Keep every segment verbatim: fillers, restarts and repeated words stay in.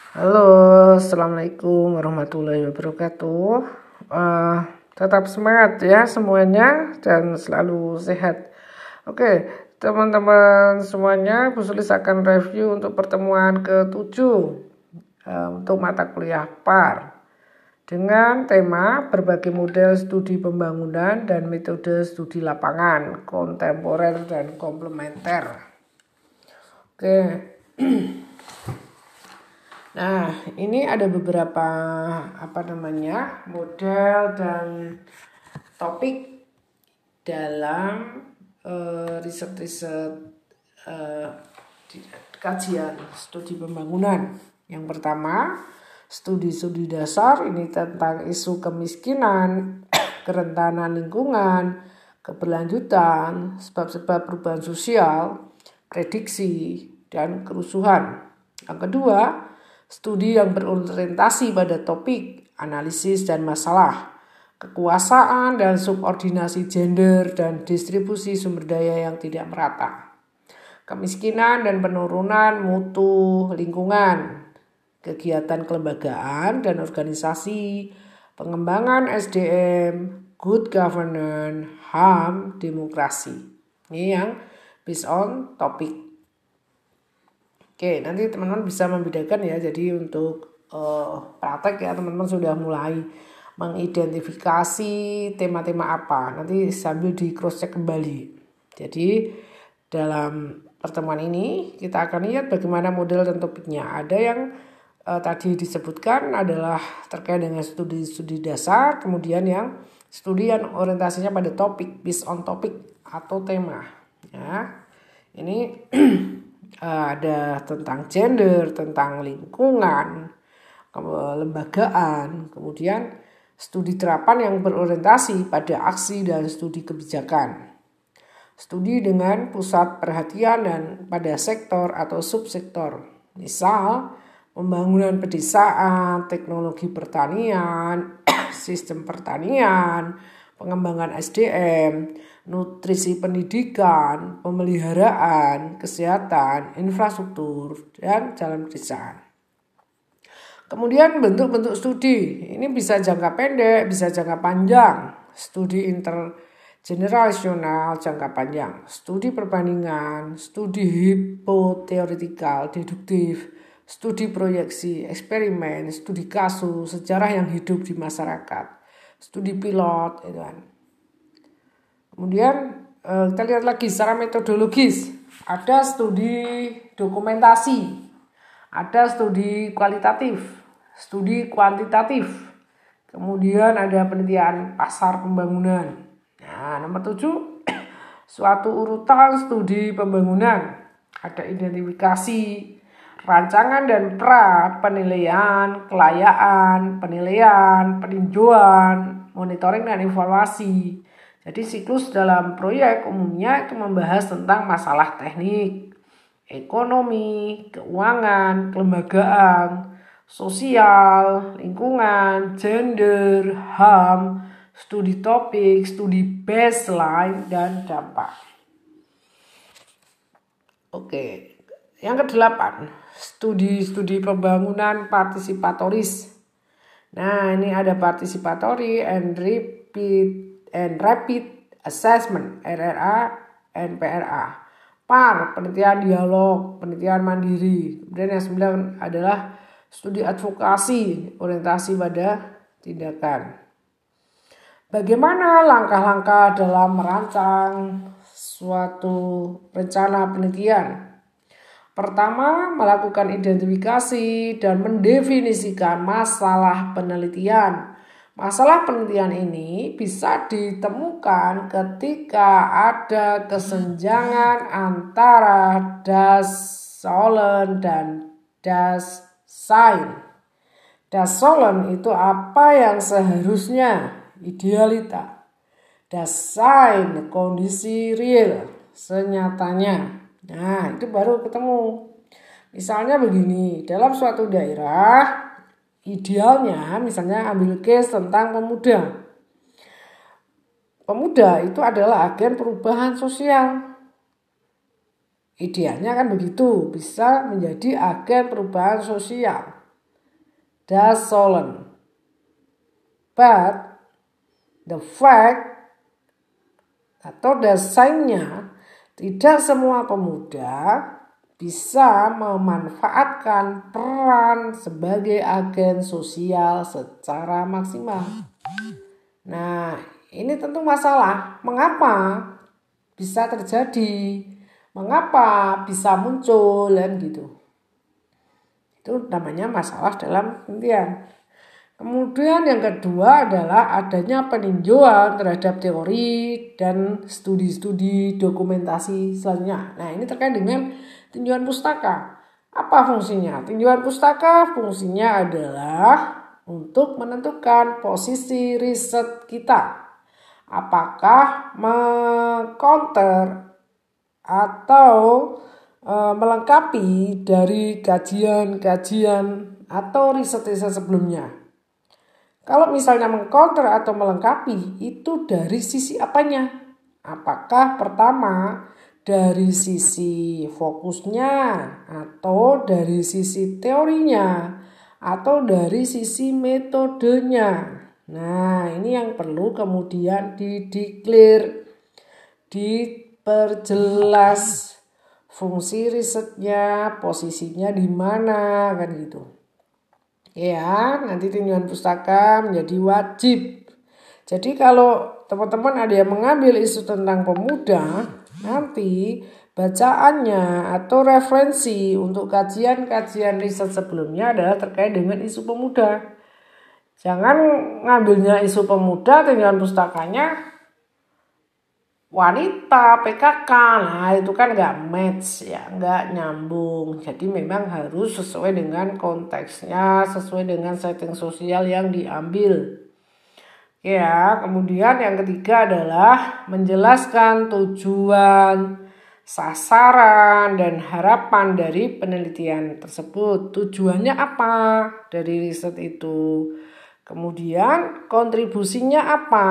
Halo, assalamualaikum warahmatullahi wabarakatuh. Uh, tetap semangat ya semuanya dan selalu sehat. Oke, teman-teman semuanya, Bu Sulis akan review untuk pertemuan ketujuh uh, untuk mata kuliah P A R dengan tema berbagai model studi pembangunan dan metode studi lapangan kontemporer dan komplementer. Oke. Nah, ini ada beberapa apa namanya model dan topik dalam uh, riset-riset uh, kajian studi pembangunan. Yang pertama, studi-studi dasar ini tentang isu kemiskinan, kerentanan lingkungan, keberlanjutan, sebab-sebab perubahan sosial, prediksi, dan kerusuhan. Yang kedua, studi yang berorientasi pada topik, analisis dan masalah, kekuasaan dan subordinasi gender dan distribusi sumber daya yang tidak merata, kemiskinan dan penurunan mutu lingkungan, kegiatan kelembagaan dan organisasi, pengembangan S D M, good governance, H A M, demokrasi. Ini yang based on topik. Oke, nanti teman-teman bisa membedakan ya. Jadi untuk uh, praktek ya teman-teman sudah mulai mengidentifikasi tema-tema apa. Nanti sambil di cross check kembali. Jadi dalam pertemuan ini kita akan lihat bagaimana model dan topiknya. Ada yang uh, tadi disebutkan adalah terkait dengan studi-studi dasar, kemudian yang studi yang orientasinya pada topik, based on topik atau tema. Ya, ini ada tentang gender, tentang lingkungan, kelembagaan, kemudian studi terapan yang berorientasi pada aksi dan studi kebijakan. Studi dengan pusat perhatian dan pada sektor atau subsektor. Misal, pembangunan pedesaan, teknologi pertanian, sistem pertanian, pengembangan S D M, nutrisi pendidikan, pemeliharaan, kesehatan, infrastruktur, dan jalan pedesaan. Kemudian bentuk-bentuk studi, ini bisa jangka pendek, bisa jangka panjang, studi intergenerasional jangka panjang, studi perbandingan, studi hipoteoretikal, deduktif, studi proyeksi, eksperimen, studi kasus, sejarah yang hidup di masyarakat, studi pilot, itu kan. Kemudian kita lihat lagi secara metodologis. Ada studi dokumentasi, ada studi kualitatif, studi kuantitatif. Kemudian ada penelitian pasar pembangunan. Nah, nomor tujuh, suatu urutan studi pembangunan. Ada identifikasi, rancangan dan pra penilaian, kelayaan, penilaian, peninjauan, monitoring dan evaluasi. Jadi siklus dalam proyek umumnya itu membahas tentang masalah teknik, ekonomi, keuangan, kelembagaan, sosial, lingkungan, gender, H A M, studi topik, studi baseline, dan dampak. Oke, yang kedelapan, studi-studi pembangunan partisipatoris. Nah, ini ada participatory and repeat and rapid assessment R R A and P R A. P A R, penelitian dialog, penelitian mandiri. Kemudian yang sembilan adalah studi advokasi, orientasi pada tindakan. Bagaimana langkah-langkah dalam merancang suatu rencana penelitian? Pertama, melakukan identifikasi dan mendefinisikan masalah penelitian. Masalah penelitian ini bisa ditemukan ketika ada kesenjangan antara das Sollen dan das Sein. Das Sollen itu apa yang seharusnya, idealita. Das Sein, kondisi real, senyatanya. Nah, itu baru ketemu. Misalnya begini, dalam suatu daerah, idealnya misalnya ambil case tentang pemuda. Pemuda itu adalah agen perubahan sosial. Idealnya kan begitu, bisa menjadi agen perubahan sosial. das Sollen. But the fact atau dasarnya tidak semua pemuda bisa memanfaatkan peran sebagai agen sosial secara maksimal. Nah, ini tentu masalah. Mengapa bisa terjadi? Mengapa bisa muncul dan gitu? Itu namanya masalah dalam penelitian. Kemudian yang kedua adalah adanya peninjauan terhadap teori dan studi-studi dokumentasi selanjutnya. Nah, ini terkait dengan tinjauan pustaka. Apa fungsinya? Tinjauan pustaka fungsinya adalah untuk menentukan posisi riset kita. Apakah mengcounter atau e, melengkapi dari kajian-kajian atau riset-riset sebelumnya. Kalau misalnya mengcounter atau melengkapi, itu dari sisi apanya? Apakah pertama dari sisi fokusnya, atau dari sisi teorinya, atau dari sisi metodenya? Nah, ini yang perlu kemudian dideklar, diperjelas fungsi risetnya, posisinya di mana, kan gitu. Ya, nanti tinjauan pustaka menjadi wajib. Jadi kalau teman-teman ada yang mengambil isu tentang pemuda, nanti bacaannya atau referensi untuk kajian-kajian riset sebelumnya adalah terkait dengan isu pemuda. Jangan ngambilnya isu pemuda, tinjauan pustakanya wanita, P K K, nah itu kan nggak match ya, nggak nyambung. Jadi memang harus sesuai dengan konteksnya, sesuai dengan setting sosial yang diambil. Ya, kemudian yang ketiga adalah menjelaskan tujuan, sasaran, dan harapan dari penelitian tersebut. Tujuannya apa dari riset itu? Kemudian kontribusinya apa?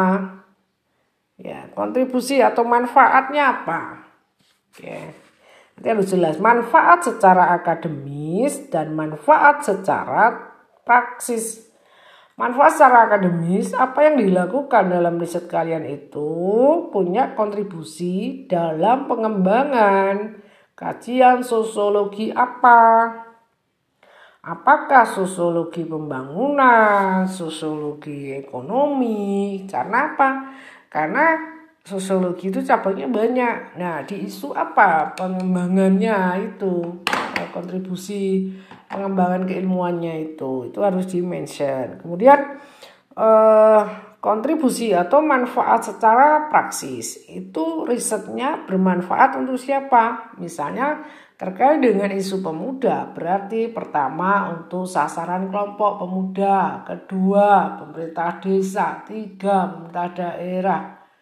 Ya, kontribusi atau manfaatnya apa? Oke. Nanti harus jelas manfaat secara akademis dan manfaat secara praksis. Manfaat secara akademis, apa yang dilakukan dalam riset kalian itu punya kontribusi dalam pengembangan kajian sosiologi apa? Apakah sosiologi pembangunan, sosiologi ekonomi? Karena apa? Karena sosiologi itu cabangnya banyak. Nah, di isu apa pengembangannya itu, kontribusi pengembangan keilmuannya itu, itu harus di-mention. Kemudian eh, kontribusi atau manfaat secara praksis, itu risetnya bermanfaat untuk siapa? Misalnya terkait dengan isu pemuda, berarti pertama untuk sasaran kelompok pemuda, kedua pemerintah desa, tiga pemerintah daerah,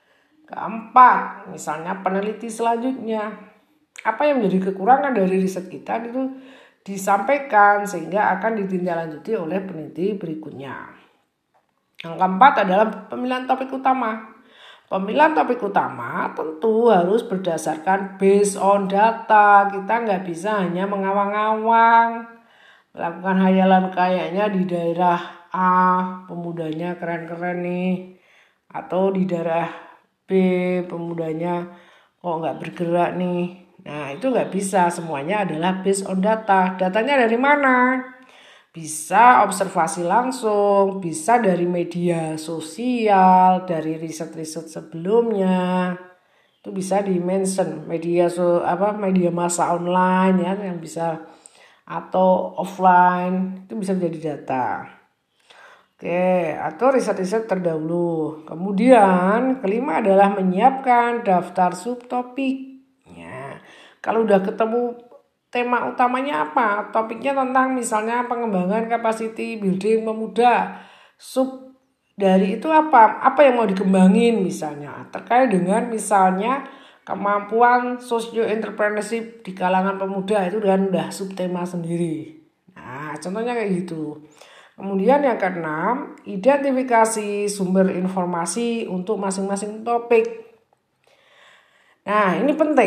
keempat misalnya peneliti selanjutnya. Apa yang menjadi kekurangan dari riset kita itu disampaikan sehingga akan ditindaklanjuti oleh peneliti berikutnya. Yang keempat adalah pemilihan topik utama. Pemilihan topik utama tentu harus berdasarkan based on data. Kita nggak bisa hanya mengawang-awang, melakukan hayalan kayaknya di daerah A pemudanya keren-keren nih, atau di daerah B pemudanya kok nggak bergerak nih. Nah, itu nggak bisa, semuanya adalah based on data. Datanya dari mana? Bisa observasi langsung, bisa dari media sosial, dari riset-riset sebelumnya. Itu bisa di-mention media so, apa media massa online ya yang bisa, atau offline, itu bisa menjadi data. Oke, atau riset-riset terdahulu. Kemudian kelima adalah menyiapkan daftar subtopik. Ya, kalau udah ketemu tema utamanya apa? Topiknya tentang misalnya pengembangan capacity building pemuda. Sub dari itu apa? Apa yang mau dikembangin misalnya? Terkait dengan misalnya kemampuan socio-entrepreneurship di kalangan pemuda, itu kan udah subtema sendiri. Nah, contohnya kayak gitu. Kemudian yang keenam, identifikasi sumber informasi untuk masing-masing topik. Nah, ini penting.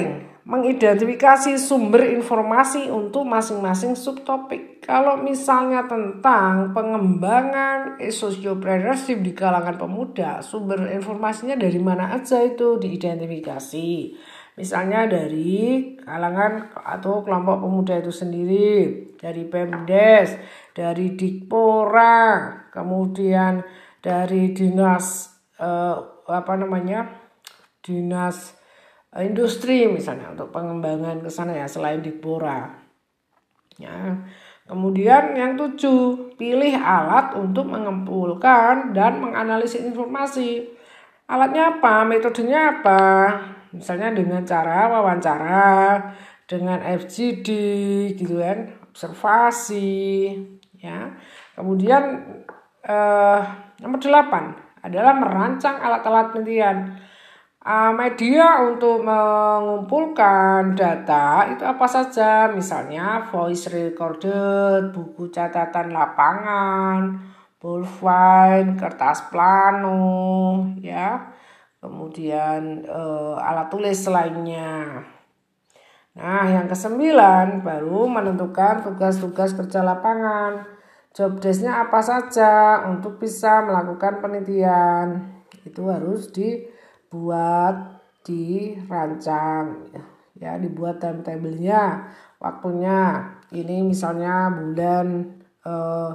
mengidentifikasi sumber informasi untuk masing-masing subtopik. Kalau misalnya tentang pengembangan sociopreneurship di kalangan pemuda, sumber informasinya dari mana aja itu diidentifikasi. Misalnya dari kalangan atau kelompok pemuda itu sendiri, dari Pemdes, dari Dikpora, kemudian dari dinas eh, apa namanya dinas industri misalnya untuk pengembangan ke sana ya selain Dikpora. Ya. Kemudian yang tujuh, pilih alat untuk mengumpulkan dan menganalisis informasi. Alatnya apa? Metodenya apa? Misalnya dengan cara wawancara, dengan F G D gitu kan, observasi, ya. Kemudian eh, nomor delapan adalah merancang alat-alat penelitian. Uh, media untuk mengumpulkan data itu apa saja, misalnya voice recorded, buku catatan lapangan, bullfine, kertas plano, ya, kemudian uh, alat tulis lainnya. Nah, yang kesembilan baru menentukan tugas-tugas kerja lapangan, job desk-nya apa saja untuk bisa melakukan penelitian. Itu harus di buat dirancang ya, dibuat timetable-nya, waktunya. Ini misalnya bulan eh,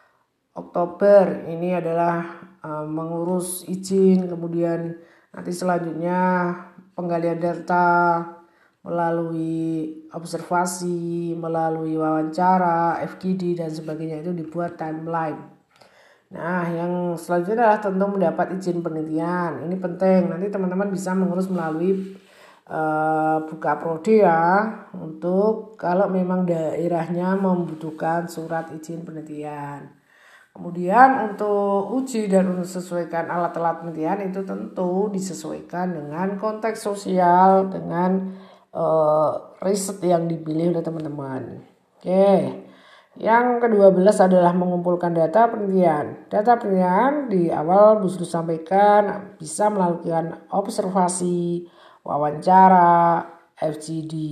Oktober ini adalah eh, mengurus izin, kemudian nanti selanjutnya penggalian data melalui observasi, melalui wawancara, F G D dan sebagainya, itu dibuat timeline. Nah, yang selanjutnya adalah tentu mendapat izin penelitian. Ini penting. Nanti teman-teman bisa mengurus melalui uh, buka prodi ya, untuk kalau memang daerahnya membutuhkan surat izin penelitian. Kemudian untuk uji dan untuk sesuaikan alat-alat penelitian itu tentu disesuaikan dengan konteks sosial, dengan uh, riset yang dipilih oleh teman-teman. Oke. Yang kedua belas adalah mengumpulkan data penelitian. Data penelitian di awal Bu sudah sampaikan bisa melakukan observasi, wawancara, F G D.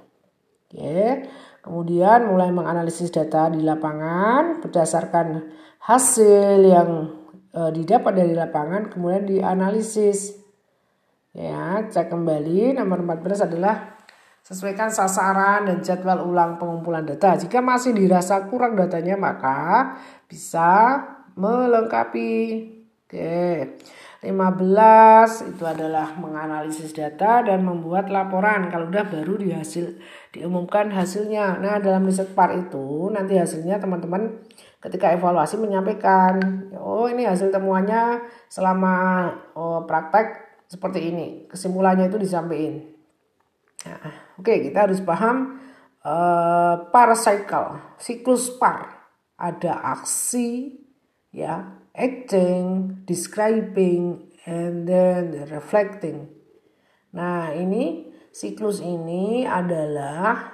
Oke. Kemudian mulai menganalisis data di lapangan berdasarkan hasil yang e, didapat dari lapangan, kemudian dianalisis. Ya, cek kembali. Nomor empat belas adalah sesuaikan sasaran dan jadwal ulang pengumpulan data. Jika masih dirasa kurang datanya, maka bisa melengkapi. Oke. lima belas itu adalah menganalisis data dan membuat laporan. Kalau udah baru dihasil diumumkan hasilnya. Nah, dalam riset P A R itu nanti hasilnya teman-teman ketika evaluasi menyampaikan, oh ini hasil temuannya selama oh, praktek seperti ini. Kesimpulannya itu disampaikan. Nah, oke, okay, kita harus paham uh, P A R cycle, siklus P A R. Ada aksi, ya, acting, describing, and then reflecting. Nah, ini siklus ini adalah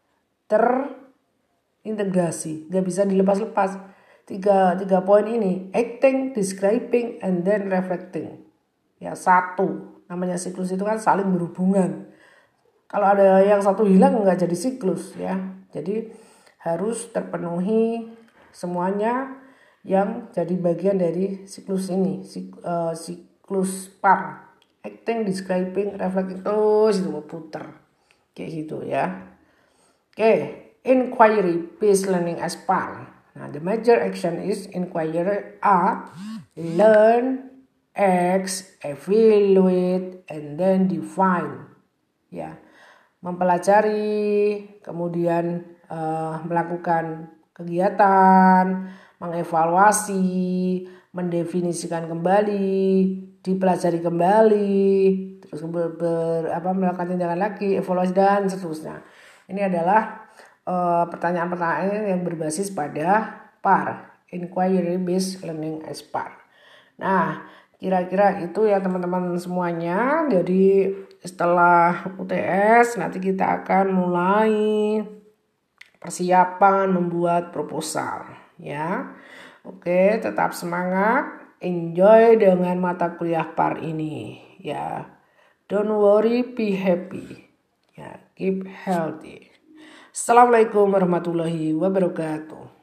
terintegrasi, gak bisa dilepas-lepas. Tiga, tiga poin ini, acting, describing, and then reflecting. Ya, satu. Namanya siklus itu kan saling berhubungan. Kalau ada yang satu hilang nggak jadi siklus ya. Jadi harus terpenuhi semuanya yang jadi bagian dari siklus ini. Sik, uh, siklus P A R. Acting, describing, reflecting, terus itu putar. Kayak gitu ya. Oke, inquiry based learning as P A R. Nah, the major action is inquiry are learn, ask, evaluate, and then define. Ya. Mempelajari, kemudian uh, melakukan kegiatan, mengevaluasi, mendefinisikan kembali, dipelajari kembali, terus ber, ber, apa, melakukan tindakan lagi, evaluasi dan seterusnya. Ini adalah uh, pertanyaan-pertanyaan yang berbasis pada P A R, Inquiry Based Learning as P A R. Nah, kira-kira itu ya teman-teman semuanya. Jadi setelah U T S nanti kita akan mulai persiapan membuat proposal ya. Oke, tetap semangat, enjoy dengan mata kuliah P A R ini ya. Don't worry, be happy Ya, keep healthy. Assalamualaikum warahmatullahi wabarakatuh.